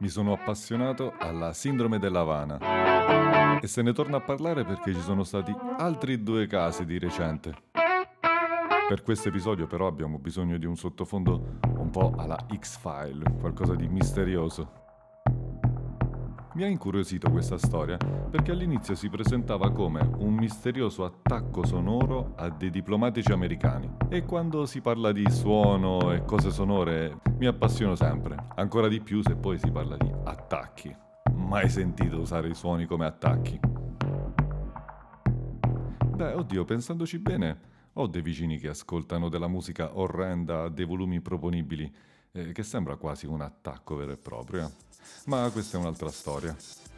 Mi sono appassionato alla sindrome dell'Havana e se ne torna a parlare perché ci sono stati altri due casi di recente. Per questo episodio però abbiamo bisogno di un sottofondo un po' alla X-File, qualcosa di misterioso. Mi ha incuriosito questa storia perché all'inizio si presentava come un misterioso attacco sonoro a dei diplomatici americani. E quando si parla di suono e cose sonore mi appassiono sempre, ancora di più se poi si parla di attacchi. Mai sentito usare i suoni come attacchi? Beh, oddio, pensandoci bene, ho dei vicini che ascoltano della musica orrenda a dei volumi improponibili, che sembra quasi un attacco vero e proprio. Ma questa è un'altra storia.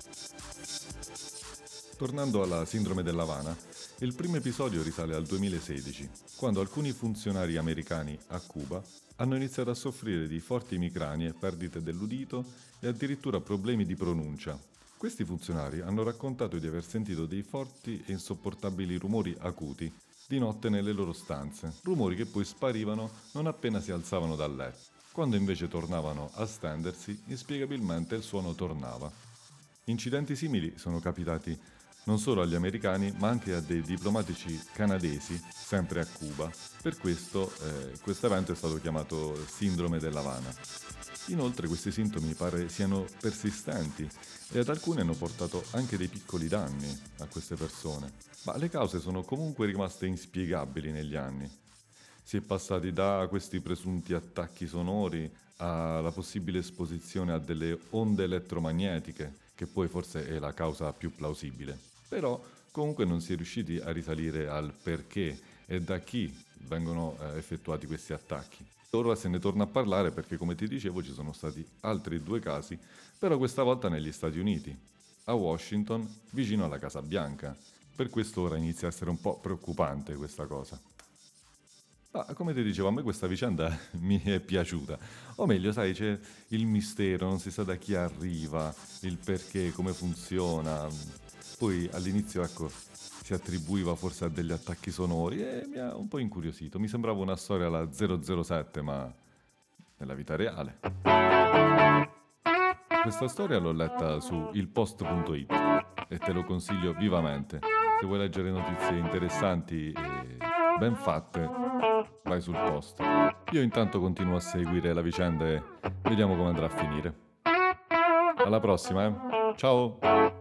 Tornando alla sindrome dell'Havana, il primo episodio risale al 2016, quando alcuni funzionari americani a Cuba hanno iniziato a soffrire di forti emicranie, perdite dell'udito e addirittura problemi di pronuncia. Questi funzionari hanno raccontato di aver sentito dei forti e insopportabili rumori acuti di notte nelle loro stanze, rumori che poi sparivano non appena si alzavano dal letto. Quando invece tornavano a stendersi, inspiegabilmente il suono tornava. Incidenti simili sono capitati non solo agli americani, ma anche a dei diplomatici canadesi, sempre a Cuba. Per questo evento è stato chiamato Sindrome dell'Havana. Inoltre questi sintomi pare siano persistenti e ad alcuni hanno portato anche dei piccoli danni a queste persone. Ma le cause sono comunque rimaste inspiegabili negli anni. Si è passati da questi presunti attacchi sonori alla possibile esposizione a delle onde elettromagnetiche, che poi forse è la causa più plausibile. Però comunque non si è riusciti a risalire al perché e da chi vengono effettuati questi attacchi. Ora se ne torna a parlare perché, come ti dicevo, ci sono stati altri due casi, però questa volta negli Stati Uniti, a Washington, vicino alla Casa Bianca. Per questo ora inizia a essere un po' preoccupante questa cosa. Ma come ti dicevo, a me questa vicenda mi è piaciuta. O meglio, sai, c'è il mistero, non si sa da chi arriva, il perché, come funziona. Poi all'inizio, ecco, si attribuiva forse a degli attacchi sonori e mi ha un po' incuriosito. Mi sembrava una storia alla 007, ma nella vita reale. Questa storia l'ho letta su ilpost.it e te lo consiglio vivamente. Se vuoi leggere notizie interessanti e ben fatte, vai sul post. Io intanto continuo a seguire la vicenda e vediamo come andrà a finire. Alla prossima, eh? Ciao!